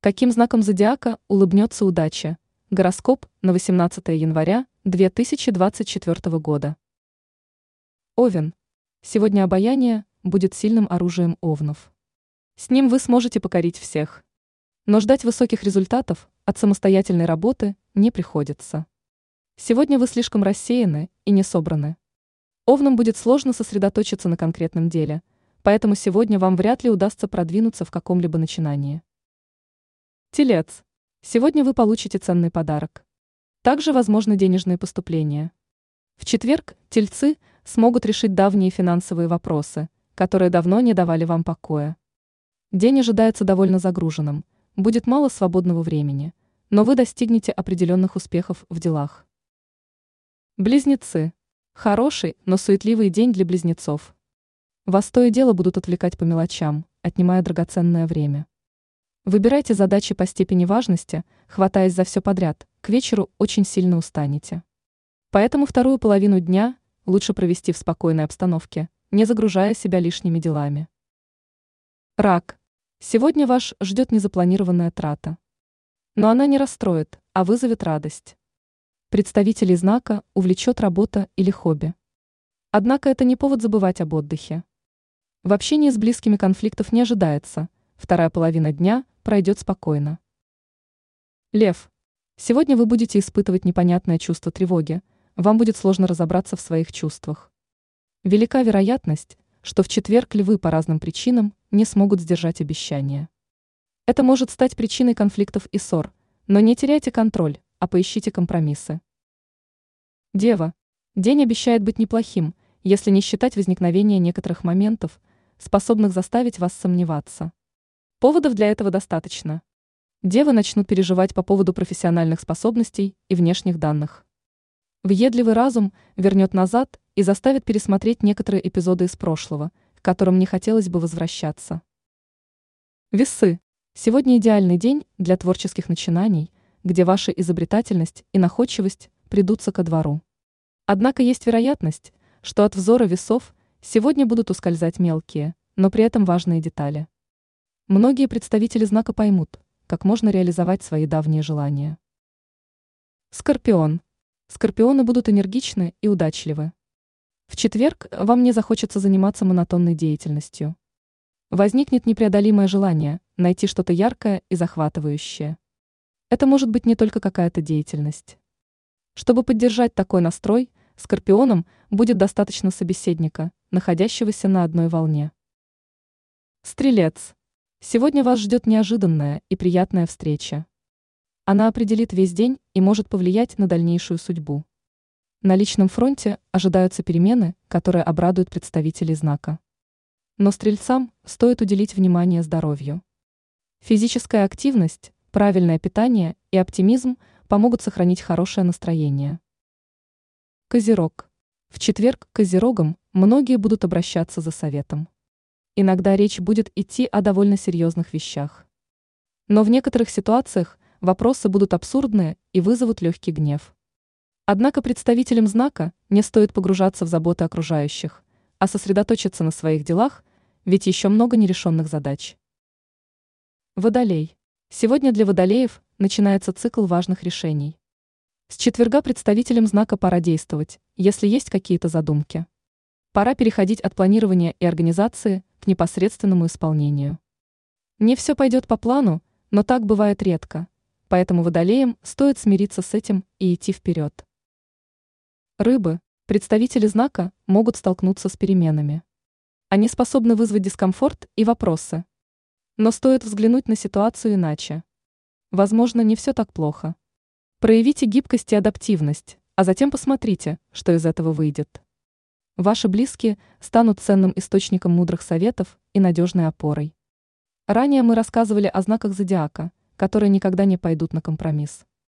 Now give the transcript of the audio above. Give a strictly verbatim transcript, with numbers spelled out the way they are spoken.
Каким знаком зодиака улыбнется удача? Гороскоп на восемнадцатое января две тысячи двадцать четвёртого года. Овен. Сегодня обаяние будет сильным оружием овнов. С ним вы сможете покорить всех. Но ждать высоких результатов от самостоятельной работы не приходится. Сегодня вы слишком рассеяны и не собраны. Овнам будет сложно сосредоточиться на конкретном деле, поэтому сегодня вам вряд ли удастся продвинуться в каком-либо начинании. Телец. Сегодня вы получите ценный подарок. Также возможны денежные поступления. В четверг тельцы смогут решить давние финансовые вопросы, которые давно не давали вам покоя. День ожидается довольно загруженным, будет мало свободного времени, но вы достигнете определенных успехов в делах. Близнецы. Хороший, но суетливый день для близнецов. Вас то и дело будут отвлекать по мелочам, отнимая драгоценное время. Выбирайте задачи по степени важности, хватаясь за все подряд, к вечеру очень сильно устанете. Поэтому вторую половину дня лучше провести в спокойной обстановке, не загружая себя лишними делами. Рак. Сегодня вас ждет незапланированная трата. Но она не расстроит, а вызовет радость. Представителей знака увлечет работа или хобби. Однако это не повод забывать об отдыхе. В общении с близкими конфликтов не ожидается, вторая половина дня пройдет спокойно. Лев. Сегодня вы будете испытывать непонятное чувство тревоги, вам будет сложно разобраться в своих чувствах. Велика вероятность, что в четверг львы по разным причинам не смогут сдержать обещания. Это может стать причиной конфликтов и ссор, но не теряйте контроль, а поищите компромиссы. Дева. День обещает быть неплохим, если не считать возникновения некоторых моментов, способных заставить вас сомневаться. Поводов для этого достаточно. Девы начнут переживать по поводу профессиональных способностей и внешних данных. Въедливый разум вернет назад и заставит пересмотреть некоторые эпизоды из прошлого, к которым не хотелось бы возвращаться. Весы. Сегодня идеальный день для творческих начинаний, где ваша изобретательность и находчивость придутся ко двору. Однако есть вероятность, что от взора весов сегодня будут ускользать мелкие, но при этом важные детали. Многие представители знака поймут, как можно реализовать свои давние желания. Скорпион. Скорпионы будут энергичны и удачливы. В четверг вам не захочется заниматься монотонной деятельностью. Возникнет непреодолимое желание найти что-то яркое и захватывающее. Это может быть не только какая-то деятельность. Чтобы поддержать такой настрой, скорпионам будет достаточно собеседника, находящегося на одной волне. Стрелец. Сегодня вас ждет неожиданная и приятная встреча. Она определит весь день и может повлиять на дальнейшую судьбу. На личном фронте ожидаются перемены, которые обрадуют представителей знака. Но стрельцам стоит уделить внимание здоровью. Физическая активность, правильное питание и оптимизм помогут сохранить хорошее настроение. Козерог. В четверг к козерогам многие будут обращаться за советом. Иногда речь будет идти о довольно серьезных вещах. Но в некоторых ситуациях вопросы будут абсурдные и вызовут легкий гнев. Однако представителям знака не стоит погружаться в заботы окружающих, а сосредоточиться на своих делах, ведь еще много нерешенных задач. Водолей. Сегодня для водолеев начинается цикл важных решений. С четверга представителям знака пора действовать, если есть какие-то задумки. Пора переходить от планирования и организации к непосредственному исполнению. Не все пойдет по плану, но так бывает редко, поэтому водолеям стоит смириться с этим и идти вперед. Рыбы. Представители знака могут столкнуться с переменами. Они способны вызвать дискомфорт и вопросы. Но стоит взглянуть на ситуацию иначе. Возможно, не все так плохо. Проявите гибкость и адаптивность, а затем посмотрите, что из этого выйдет. Ваши близкие станут ценным источником мудрых советов и надежной опорой. Ранее мы рассказывали о знаках зодиака, которые никогда не пойдут на компромисс.